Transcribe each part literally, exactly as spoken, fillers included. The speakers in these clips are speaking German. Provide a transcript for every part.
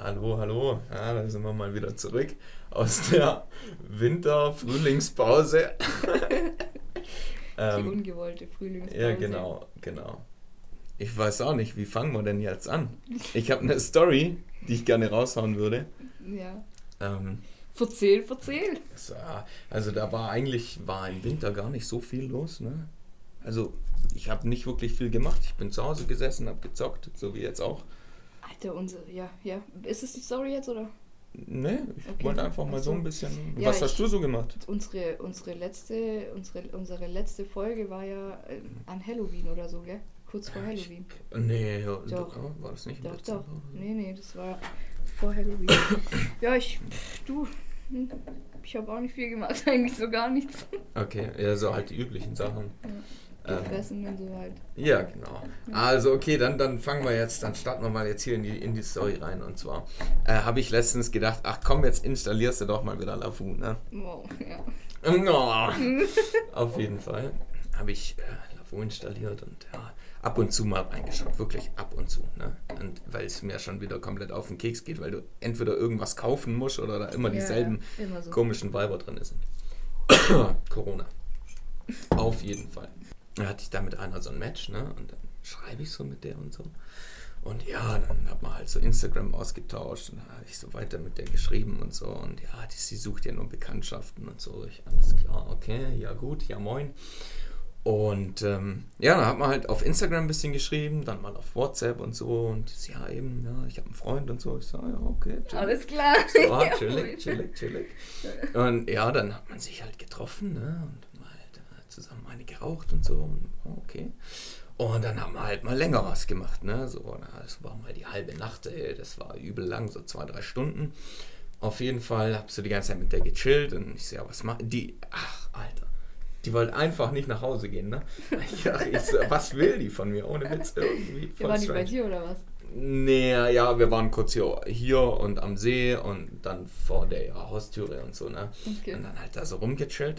Hallo, hallo. Ja, da sind wir mal wieder zurück aus der Winter-Frühlingspause. Die ähm, ungewollte Frühlingspause. ja, genau, genau. Ich weiß auch nicht, wie fangen wir denn jetzt an? Ich habe eine Story, die ich gerne raushauen würde. Ja. Ähm, Verzähl, verzähl. so, also da war eigentlich, war im Winter gar nicht so viel los, ne? Also ich habe nicht wirklich viel gemacht. Ich bin zu Hause gesessen, habe gezockt, so wie jetzt auch. Alter, unsere, ja, ja. Ist es die Story jetzt, oder? Ne, ich Okay. wollte einfach mal Ach so so. ein bisschen... Ja, Was hast ich- du so gemacht? Unsere, unsere letzte, unsere, unsere letzte Folge war ja äh, an Halloween oder so, gell? Kurz vor Ja, ich- Halloween. Nee, ja, Doch. oh, war das nicht im Doch, Dezember? doch. Nee, nee, das war vor Halloween. Ja, ich, du, hm, ich habe auch nicht viel gemacht, eigentlich so gar nichts. Okay, ja, so halt die üblichen Sachen. Ähm, Gefressen und so halt. ja, genau. Also okay, dann, dann fangen wir jetzt, dann starten wir mal jetzt hier in die, in die Story rein. Und zwar äh, habe ich letztens gedacht, ach komm, jetzt installierst du doch mal wieder LaFu, ne? Wow, ja. Oh, auf jeden Fall habe ich äh, LaFu installiert und ja, ab und zu mal reingeschaut, wirklich ab und zu, ne? Und weil es mir schon wieder komplett auf den Keks geht, weil du entweder irgendwas kaufen musst oder da immer dieselben Ja, immer so. komischen Weiber drin sind. Corona. Auf jeden Fall. Da hatte ich da mit einer so ein Match, ne? Und dann schreibe ich so mit der und so. Und ja, dann hat man halt so Instagram ausgetauscht und dann habe ich so weiter mit der geschrieben und so. Und ja, die, sie sucht ja nur Bekanntschaften und so. Ich, alles klar, okay, ja gut, ja moin. Und ähm, ja, dann hat man halt auf Instagram ein bisschen geschrieben, dann mal auf WhatsApp und so. Und sie, ja eben, ja, ich habe einen Freund und so. Ich so, ja, okay, chillig. Alles klar. So, Ja, chillig, chillig, chillig. Und ja, dann hat man sich halt getroffen, ne? Und mal halt, äh, zusammen eine geraucht und so. Und, oh, okay. Und dann haben wir halt mal länger was gemacht, ne? So, na, das war mal die halbe Nacht, ey, das war übel lang, so zwei, drei Stunden. Auf jeden Fall hab so die ganze Zeit mit der gechillt und ich so, ja, was macht die? Ach, Alter. Die wollte einfach nicht nach Hause gehen, ne? Ja, ich so, was will die von mir? Ohne Witz irgendwie. Ja, Voll war die bei strange. dir oder was? Nee, ja, wir waren kurz hier, hier und am See und dann vor der ja, Haustüre und so, ne? Okay. Und dann halt da so rumgechillt.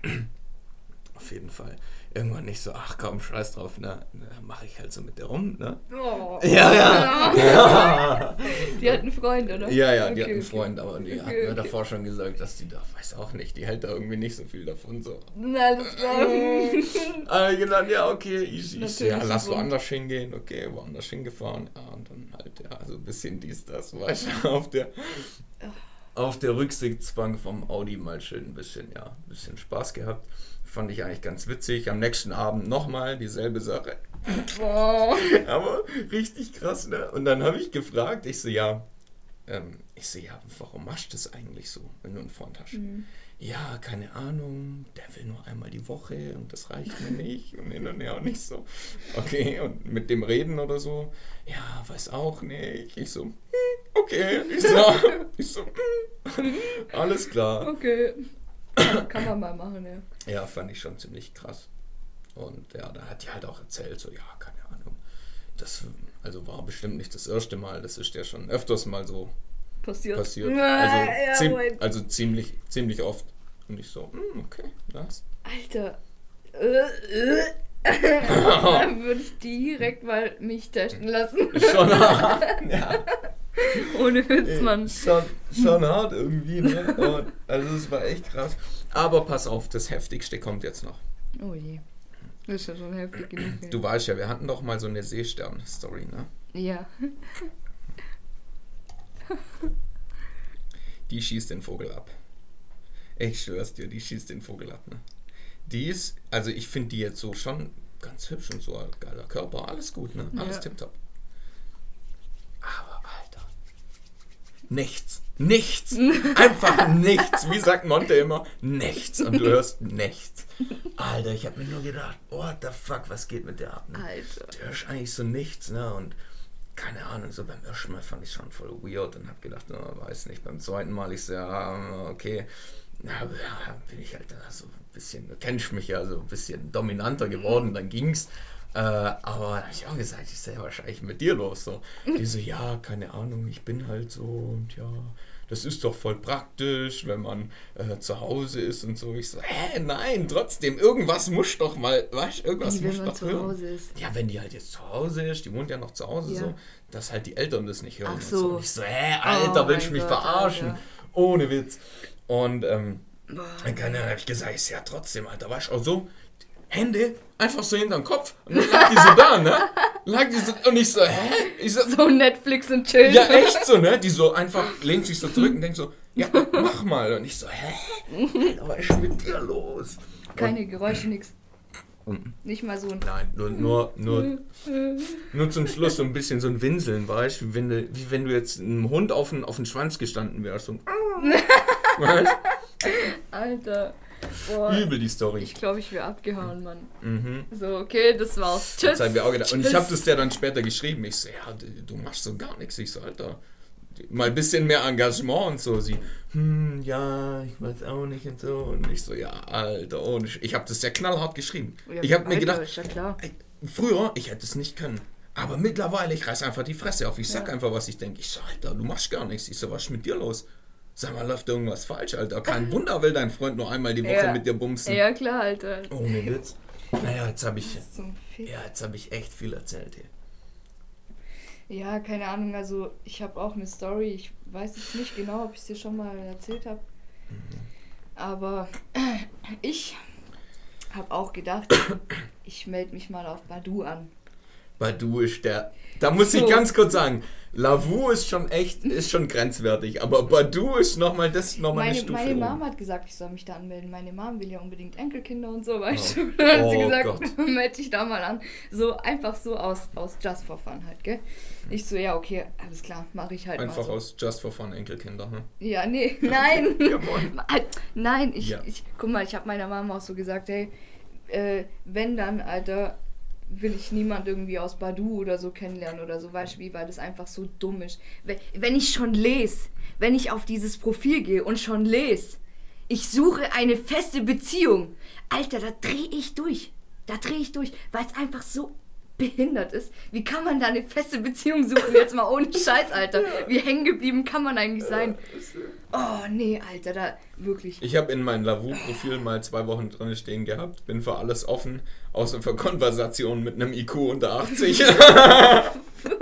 Auf jeden Fall. Irgendwann nicht so, ach komm, scheiß drauf, ne? Dann mache ich halt so mit der rum, ne? Oh. Ja, ja. ja. Die hat einen Freund, oder? Ja, ja, die Okay, hat einen okay. Freund, aber die hat Okay, mir okay. davor schon gesagt, dass die da, weiß auch nicht, die hält da irgendwie nicht so viel davon, so. Na, das war... Aber gedacht, ja, okay, easy. Ich so, ja, Natürlich lass ein Grund. woanders hingehen, okay, woanders hingefahren. Ja, und dann halt, ja, so ein bisschen dies, das, war ich auf der, auf der Rücksitzbank vom Audi mal schön ein bisschen, ja, ein bisschen Spaß gehabt. Fand ich eigentlich ganz witzig. Am nächsten Abend nochmal dieselbe Sache. Oh. Aber richtig krass, ne? Und dann habe ich gefragt, ich so, ja, ähm, ich so, ja, warum machst du das eigentlich so, wenn du einen Freund hast? Mhm. Ja, keine Ahnung, der will nur einmal die Woche und das reicht mir nicht und hin und her und nicht so. Okay, und mit dem Reden oder so, ja, weiß auch nicht. Ich so, hm, okay, ich so, ich so, hm, alles klar. Okay. Kann, kann man mal machen, ja. Ja, fand ich schon ziemlich krass. Und ja, da hat die halt auch erzählt, so, ja, keine Ahnung. Das also war bestimmt nicht das erste Mal, das ist ja schon öfters mal so Passiert. passiert. Ah, Also, ja, ziem- moin. also ziemlich, ziemlich oft. Und ich so, hm, okay, nice. Alter. Äh, äh. Da würde ich direkt mal mich testen lassen. Schon hart, ja. Ohne Witz, Mann. Schon, schon hart irgendwie, ne? Und, also es war echt krass. Aber pass auf, das Heftigste kommt jetzt noch. Oh je. Das ist ja schon heftig genug. ey. Du weißt ja, wir hatten doch mal so eine Seestern-Story, ne? Ja. Die schießt den Vogel ab. Ich schwör's dir, die schießt den Vogel ab, ne? Die ist, also ich finde die jetzt so schon ganz hübsch und so, geiler Körper, alles gut, ne? Alles Ja. tipptopp. Aber, Alter, nichts, nichts, einfach nichts. Wie sagt Monte immer? Nichts. Und du hörst nichts. Alter, ich hab mir nur gedacht, what the fuck, was geht mit der ab, ne? Alter. Du hörst eigentlich so nichts, ne? Und keine Ahnung, so beim ersten Mal fand ich schon voll weird und hab gedacht, oh, weiß nicht, beim zweiten Mal ich so, ja, okay, na, ja, bin ich halt da so ein bisschen, du kennst mich ja, so ein bisschen dominanter geworden, dann ging's, Äh, aber da habe ich auch gesagt, ich sei wahrscheinlich mit dir los. So. Die so, ja, keine Ahnung, ich bin halt so und ja, das ist doch voll praktisch, wenn man äh, zu Hause ist und so. Ich so, hä, nein, trotzdem, irgendwas muss doch mal, weißt du, irgendwas Wie, wenn muss man doch zu hören. Hause ist. Ja, wenn die halt jetzt zu Hause ist, die wohnt ja noch zu Hause, Ja. so, dass halt die Eltern das nicht hören. Ach Und so. so. Und ich so, hä, Alter, Oh willst du mein mich Gott, verarschen? Alter. Ohne Witz. Und, ähm, Boah, dann kann er, hab ich gesagt, ich so, ja trotzdem, Alter, weißt du, auch so, Hände einfach so hinterm Kopf. Und dann lag die so da, ne? Lag die so, und ich so, hä? Ich so, so Netflix und Chill. ja, echt so, ne? Die so einfach lehnt sich so zurück und denkt so, ja, mach mal. Und ich so, hä? Alter, was ist mit dir los? Keine Geräusche, nix. Und, Nicht mal so ein... nein, nur, nur, nur, nur zum Schluss so ein bisschen so ein Winseln, weißt du? Wie wenn du, wie wenn du jetzt einem Hund auf den, auf den Schwanz gestanden wärst. So, weißt? Alter. Boah. Übel die Story. Ich glaube, ich wäre abgehauen, Mann. Mhm. So, okay, das war's. Tschüss. Das haben wir auch gedacht. Und ich Tschüss. habe das der dann später geschrieben. Ich so, ja, du, du machst so gar nichts. Ich so, Alter, mal ein bisschen mehr Engagement und so. Sie, hm, ja, ich weiß auch nicht und so. Und ich so, ja, Alter, ohne Sch-. Ich habe das sehr knallhart geschrieben. Ja, ich habe mir Alter, gedacht, ist ja klar. ey, früher, ich hätte es nicht können. Aber mittlerweile, ich reiß einfach die Fresse auf. Ich sag Ja. einfach, was ich denke. Ich so, Alter, du machst gar nichts. Ich so, was ist mit dir los? Sag mal, läuft irgendwas falsch, Alter. Kein Wunder, will dein Freund nur einmal die Woche Ja. mit dir bumsen. Ja, klar, Alter. Ohne Witz. Naja, jetzt habe ich, Zum Fick. ja, jetzt habe ich echt viel erzählt hier. Ja, keine Ahnung, also ich habe auch eine Story. Ich weiß jetzt nicht genau, ob ich es dir schon mal erzählt habe. Aber ich habe auch gedacht, ich melde mich mal auf Badu an. Badu ist der. Da muss ich So. ganz kurz sagen, Lavu ist schon echt, ist schon grenzwertig, aber Badu ist nochmal das nochmal eine Meine, Stufe. meine oben. Mom hat gesagt, ich soll mich da anmelden. Meine Mom will ja unbedingt Enkelkinder und so, weißt Oh. du. Dann hat sie Oh gesagt, Gott. melde dich da mal an. So einfach so aus, aus Just for Fun halt, gell? Ich so, ja, okay, alles klar, mache ich halt Einfach mal so. aus Just for Fun Enkelkinder, ne? Ja, nee, nein. Come Halt, Nein, ich, Ja. ich, guck mal, ich habe meiner Mama auch so gesagt, hey, äh, wenn dann, Alter, will ich niemand irgendwie aus Badu oder so kennenlernen oder so, weißt du wie, weil das einfach so dumm ist. Wenn, wenn ich schon lese, wenn ich auf dieses Profil gehe und schon lese, ich suche eine feste Beziehung, Alter, da drehe ich durch. Da drehe ich durch, weil es einfach so behindert ist. Wie kann man da eine feste Beziehung suchen? Jetzt mal ohne Scheiß, Alter. Wie hängen geblieben kann man eigentlich sein? Oh, nee, Alter, da wirklich. Ich habe in meinem Lavu-Profil mal zwei Wochen drin stehen gehabt, bin für alles offen, außer für Konversationen mit einem I Q unter achtzig. Aber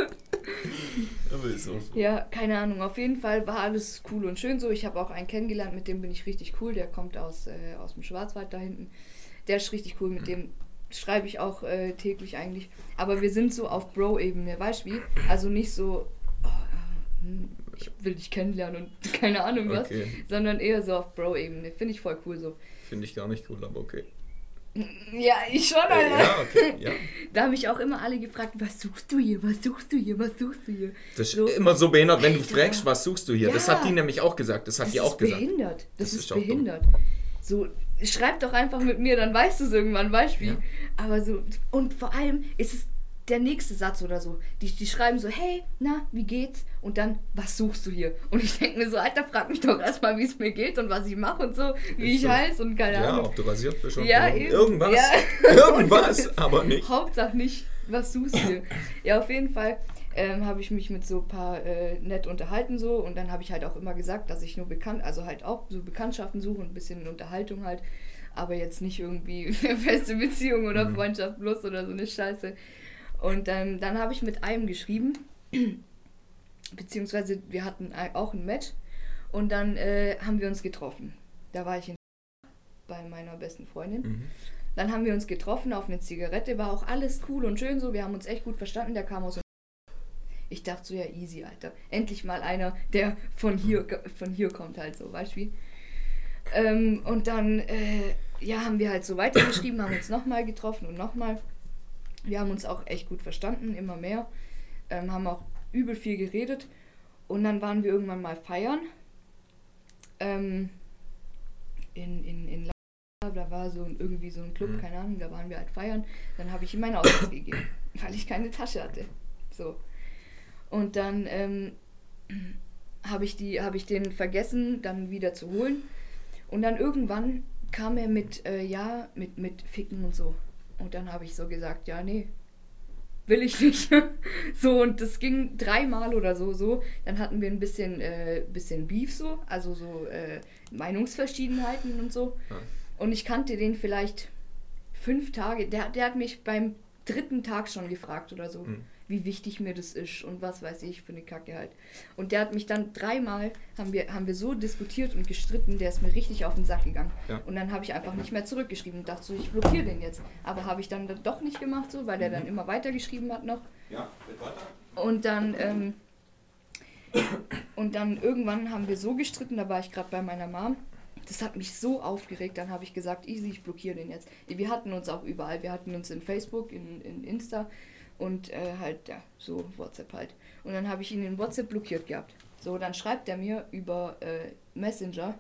ist so. Ja, keine Ahnung. Auf jeden Fall war alles cool und schön so. Ich habe auch einen kennengelernt, mit dem bin ich richtig cool. Der kommt aus, äh, aus dem Schwarzwald da hinten. Der ist richtig cool, mit dem schreibe ich auch äh, täglich eigentlich. Aber wir sind so auf Bro-Ebene, weißt du wie? Also nicht so, oh, äh, hm, ich will dich kennenlernen und keine Ahnung was, Okay. sondern eher so auf Bro-Ebene. Finde ich voll cool so. Finde ich gar nicht cool, aber okay. Ja, ich schon, Äh, Alter. ja, okay, ja. Da haben mich auch immer alle gefragt, was suchst du hier, was suchst du hier, was suchst du hier? Das ist So. immer so behindert, wenn du Alter. fragst, was suchst du hier. Ja. Das hat die nämlich auch gesagt. Das hat Das die auch ist gesagt. behindert. Das, Das ist, ist auch dumm. behindert. So, schreib doch einfach mit mir, dann weißt du es irgendwann, weißt du wie. Ja. Aber so, und vor allem ist es der nächste Satz oder so. Die, die schreiben so, hey, na, wie geht's? Und dann, was suchst du hier? Und ich denke mir so, Alter, frag mich doch erstmal, wie es mir geht und was ich mache und so, wie Ist ich so. heiße und keine Ja, Ahnung. ob du rasiert bist oder Ja, irgend- eben. irgendwas. Ja. Irgendwas, aber nicht. Hauptsache nicht, was suchst du hier? Ja, auf jeden Fall ähm, habe ich mich mit so ein paar äh, nett unterhalten so und dann habe ich halt auch immer gesagt, dass ich nur bekannt, also halt auch so Bekanntschaften suche und ein bisschen Unterhaltung halt, aber jetzt nicht irgendwie eine feste Beziehung oder Mhm. Freundschaft plus oder so eine Scheiße. Und ähm, dann habe ich mit einem geschrieben, beziehungsweise wir hatten ein- auch ein Match und dann äh, haben wir uns getroffen. Da war ich in bei meiner besten Freundin. Mhm. Dann haben wir uns getroffen auf eine Zigarette, war auch alles cool und schön so, wir haben uns echt gut verstanden, der kam aus dem Ich dachte so, ja easy, Alter. Endlich mal einer, der von hier, von hier kommt halt so, weißt du wie? Ähm, und dann, äh, ja, haben wir halt so weitergeschrieben, haben uns nochmal getroffen und nochmal. Wir haben uns auch echt gut verstanden, immer mehr. Ähm, haben auch übel viel geredet. Und dann waren wir irgendwann mal feiern. Ähm, in, in, in La- da war so ein, irgendwie so ein Club, Mhm. keine Ahnung, da waren wir halt feiern. Dann habe ich ihm meinen Ausweis gegeben, weil ich keine Tasche hatte. So. Und dann ähm, habe ich, die, hab ich den vergessen, dann wieder zu holen. Und dann irgendwann kam er mit, äh, ja, mit, mit Ficken und so. Und dann habe ich so gesagt, ja, nee, will ich nicht. So, und das ging dreimal oder so, so. Dann hatten wir ein bisschen, äh, bisschen Beef so, also so äh, Meinungsverschiedenheiten und so. Ja. Und ich kannte den vielleicht fünf Tage. Der, der hat mich beim dritten Tag schon gefragt oder so, hm. wie wichtig mir das ist und was weiß ich für eine Kacke halt. Und der hat mich dann dreimal, haben wir, haben wir so diskutiert und gestritten, der ist mir richtig auf den Sack gegangen. Ja. Und dann habe ich einfach nicht mehr zurückgeschrieben und dachte so, ich blockiere den jetzt. Aber habe ich dann doch nicht gemacht so, weil der dann immer weitergeschrieben hat noch. Ja, wird weiter. Und dann, ähm, und dann irgendwann haben wir so gestritten, da war ich gerade bei meiner Mom. Das hat mich so aufgeregt, dann habe ich gesagt, easy, ich blockiere den jetzt. Wir hatten uns auch überall, wir hatten uns in Facebook, in, in Insta und äh, halt, ja, so WhatsApp halt. Und dann habe ich ihn in WhatsApp blockiert gehabt. So, dann schreibt er mir über äh, Messenger,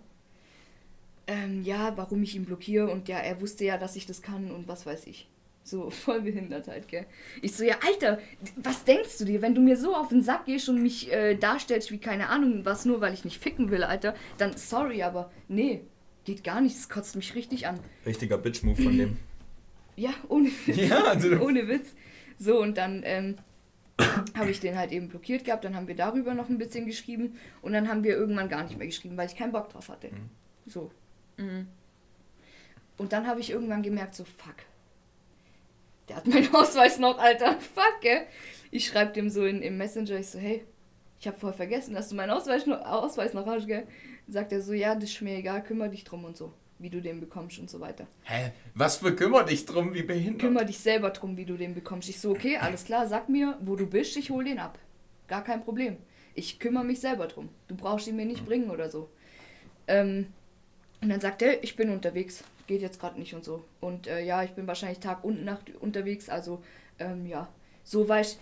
ähm, ja, warum ich ihn blockiere und ja, er wusste ja, dass ich das kann und was weiß ich. So, voll behindert halt, gell. Ich so, ja, Alter, was denkst du dir, wenn du mir so auf den Sack gehst und mich äh, darstellst wie keine Ahnung was, nur weil ich nicht ficken will, Alter, dann sorry, aber nee, geht gar nicht, das kotzt mich richtig an. Richtiger Bitch-Move von dem. Ja, ohne Witz. Ja, also ohne Witz. So, und dann ähm, habe ich den halt eben blockiert gehabt, dann haben wir darüber noch ein bisschen geschrieben und dann haben wir irgendwann gar nicht mehr geschrieben, weil ich keinen Bock drauf hatte. Mhm. So. Mhm. Und dann habe ich irgendwann gemerkt, so, fuck. Der hat meinen Ausweis noch, Alter. Fuck, gell? Ich schreibe dem so in, im Messenger, ich so, hey, ich habe voll vergessen, dass du meinen Ausweis noch, Ausweis noch hast, gell? Sagt er so, ja, das ist mir egal, kümmere dich drum und so, wie du den bekommst und so weiter. Hä? Was für kümmere dich drum, wie behindert? Kümmere dich selber drum, wie du den bekommst. Ich so, okay, alles klar, sag mir, wo du bist, ich hol den ab. Gar kein Problem. Ich kümmere mich selber drum. Du brauchst ihn mir nicht bringen oder so. Ähm, und dann sagt er, ich bin unterwegs. Geht jetzt gerade nicht und so. Und äh, ja, ich bin wahrscheinlich Tag und Nacht unterwegs, also ähm, ja, so weiß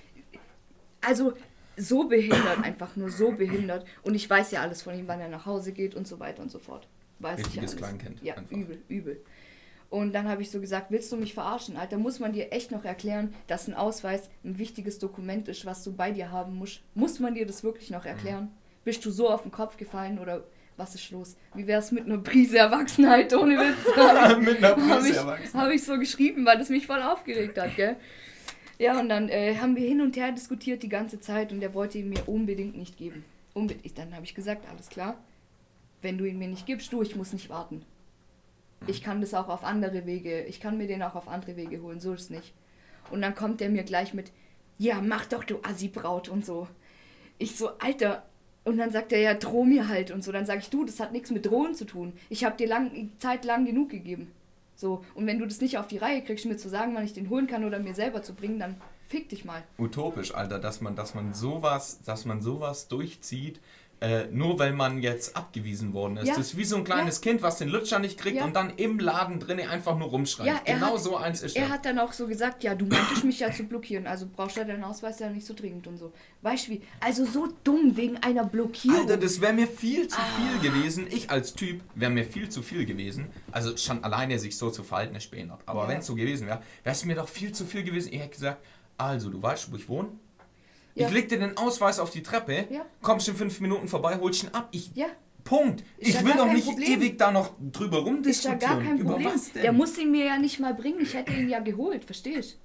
also so behindert, einfach nur so behindert. Und ich weiß ja alles von ihm, wann er nach Hause geht und so weiter und so fort. Weiß Richtiges ich alles. Kleinkind. Ja, einfach. übel, übel. Und dann habe ich so gesagt, willst du mich verarschen, Alter? Muss man dir echt noch erklären, dass ein Ausweis ein wichtiges Dokument ist, was du bei dir haben musst? Muss man dir das wirklich noch erklären? Mhm. Bist du so auf den Kopf gefallen oder... Was ist los? Wie wär's mit einer Prise Erwachsenheit ohne Witz? Mit einer Prise Hab ich, Erwachsenheit. Habe ich so geschrieben, weil das mich voll aufgeregt hat, gell? Ja, und dann äh, haben wir hin und her diskutiert die ganze Zeit und er wollte ihn mir unbedingt nicht geben. Unbedingt. Dann habe ich gesagt, alles klar, wenn du ihn mir nicht gibst, du, ich muss nicht warten. Ich kann das auch auf andere Wege, ich kann mir den auch auf andere Wege holen, so ist es nicht. Und dann kommt er mir gleich mit, ja, mach doch, du Assi-Braut und so. Ich so, Alter... Und dann sagt er, ja, droh mir halt und so. Dann sage ich, du, das hat nichts mit Drohen zu tun. Ich habe dir lang, Zeit lang genug gegeben. So, und wenn du das nicht auf die Reihe kriegst, mir zu sagen, wann ich den holen kann oder mir selber zu bringen, dann fick dich mal. Utopisch, Alter, dass man, dass man sowas, dass man sowas durchzieht, äh, nur weil man jetzt abgewiesen worden ist. Ja. Das ist wie so ein kleines ja. Kind, was den Lutscher nicht kriegt ja. und dann im Laden drinnen einfach nur rumschreit. Ja, genau hat, so eins ist er. Er hat dann auch so gesagt, ja, du meintest mich ja zu blockieren, also brauchst du ja deinen Ausweis ja nicht so dringend und so. Weißt du wie? Also so dumm wegen einer Blockierung. Alter, das wäre mir viel zu ah. viel gewesen. Ich als Typ wäre mir viel zu viel gewesen. Also schon alleine sich so zu verhalten, ist behindert. Aber ja. wenn es so gewesen wäre, wäre es mir doch viel zu viel gewesen. Ich hätte gesagt, also du weißt, wo ich wohne? Ja. Ich leg dir den Ausweis auf die Treppe, ja. kommst in fünf Minuten vorbei, holst ihn ab. Ich, ja. Punkt. Ist ich will doch nicht Problem. ewig da noch drüber rumdiskutieren. Ist ja gar kein Problem. Über was denn? Der muss ihn mir ja nicht mal bringen. Ich hätte ihn ja geholt, verstehst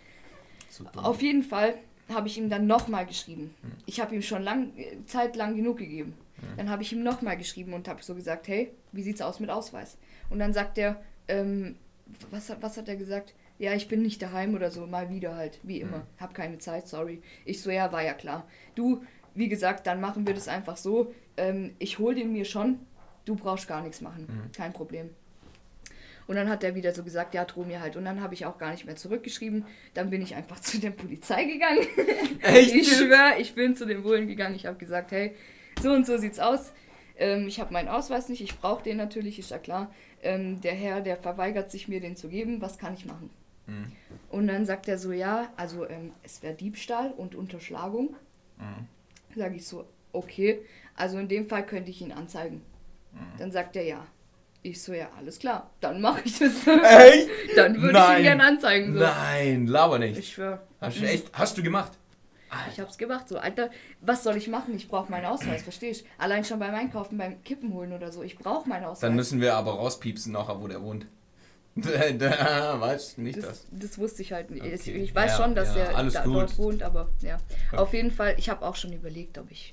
du? Auf jeden Fall habe ich ihm dann nochmal geschrieben. Hm. Ich habe ihm schon lang, Zeit lang genug gegeben. Hm. Dann habe ich ihm nochmal geschrieben und habe so gesagt, hey, wie sieht's aus mit Ausweis? Und dann sagt er, ähm, was, was hat er gesagt? Ja, ich bin nicht daheim oder so, mal wieder halt, wie immer. Mhm. Hab keine Zeit, sorry. Ich so, ja, war ja klar. Du, wie gesagt, dann machen wir das einfach so. Ähm, ich hol den mir schon, du brauchst gar nichts machen, mhm. kein Problem. Und dann hat er wieder so gesagt, ja, droh mir halt. Und dann habe ich auch gar nicht mehr zurückgeschrieben. Dann bin ich einfach zu der Polizei gegangen. Echt? Ich schwöre, ich bin zu den Bullen gegangen. Ich habe gesagt, hey, so und so sieht's aus. Ähm, ich habe meinen Ausweis nicht, ich brauche den natürlich, ist ja klar. Ähm, der Herr, der verweigert sich mir den zu geben, was kann ich machen? Mhm. Und dann sagt er so, ja, also ähm, es wäre Diebstahl und Unterschlagung. Mhm. Sage ich so, okay, also in dem Fall könnte ich ihn anzeigen. Mhm. Dann sagt er ja. Ich so, ja, alles klar, dann mache ich das. Echt? Dann würde ich ihn gerne anzeigen. So. Nein, laber nicht. Ich schwöre. Hast du echt, hast du gemacht? Ich hab's gemacht, so, Alter, was soll ich machen? Ich brauche meinen Ausweis, verstehst du? Allein schon beim Einkaufen, beim Kippen holen oder so, ich brauche meinen Ausweis. Dann müssen wir aber rauspiepsen nachher, wo der wohnt. da weiß nicht das. Das, das wusste ich halt nicht. Okay. Ich, ich weiß Ja, schon, dass ja, er alles da, gut. dort wohnt, aber ja. Okay. Auf jeden Fall, ich habe auch schon überlegt, ob ich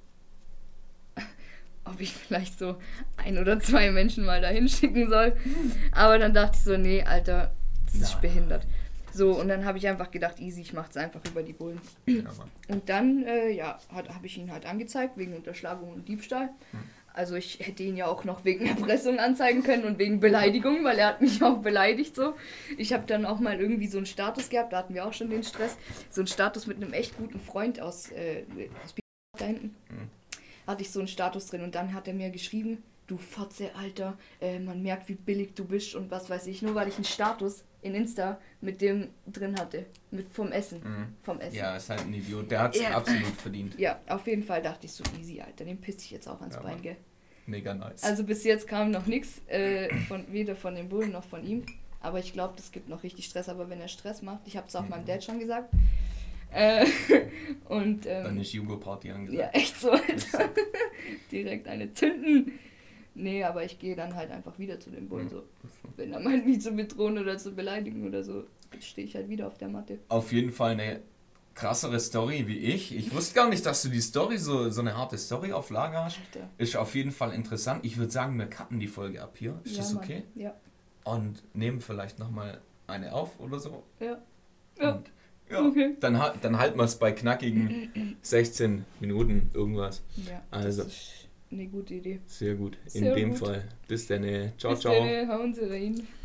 ob ich vielleicht so ein oder zwei Menschen mal dahin schicken soll. Aber dann dachte ich so, nee, Alter, das ist Nein. behindert. So, und dann habe ich einfach gedacht, easy, ich mach's einfach über die Bullen. Ja, Mann. Und dann, äh, ja, habe ich ihn halt angezeigt, wegen Unterschlagung und Diebstahl. Hm. Also ich hätte ihn ja auch noch wegen Erpressung anzeigen können und wegen Beleidigung, weil er hat mich auch beleidigt so. Ich habe dann auch mal irgendwie so einen Status gehabt, da hatten wir auch schon den Stress, so einen Status mit einem echt guten Freund aus, äh, aus da hinten. Hm. Hatte ich so einen Status drin und dann hat er mir geschrieben, du Fotze, Alter, äh, man merkt, wie billig du bist und was weiß ich, nur weil ich einen Status in Insta mit dem drin hatte, mit vom Essen, Mhm. vom Essen. Ja, ist halt ein Idiot. Der hat's Ja. absolut verdient. Ja, auf jeden Fall dachte ich so, easy, Alter, den pisse ich jetzt auch ans Ja, Bein, Mann. gell. Mega nice. Also bis jetzt kam noch nichts, äh, von, weder von den Bullen noch von ihm. Aber ich glaube, das gibt noch richtig Stress. Aber wenn er Stress macht, ich habe es auch Mhm. meinem Dad schon gesagt. Äh, und ähm, Dann ist Jugo-Party angesagt. ja, echt so, Alter. Direkt eine zünden. Nee, aber ich gehe dann halt einfach wieder zu den Bullen. So. Wenn er meint, mich zu bedrohen oder zu beleidigen oder so, stehe ich halt wieder auf der Matte. Auf jeden Fall eine krassere Story wie ich. Ich wusste gar nicht, dass du die Story, so, so eine harte Story auf Lager hast. Alter. Ist auf jeden Fall interessant. Ich würde sagen, wir cutten die Folge ab hier. Ist Ja, das Mann. okay? Ja. Und nehmen vielleicht nochmal eine auf oder so. Ja. Ja. Und, ja. Okay. Dann, ha- dann halten wir es bei knackigen sechzehn Minuten irgendwas. Ja, Also. das ist eine gute Idee. Sehr gut. In Sehr dem gut. Fall. Bis dann. Ciao, Bis ciao. dann, hauen Sie rein.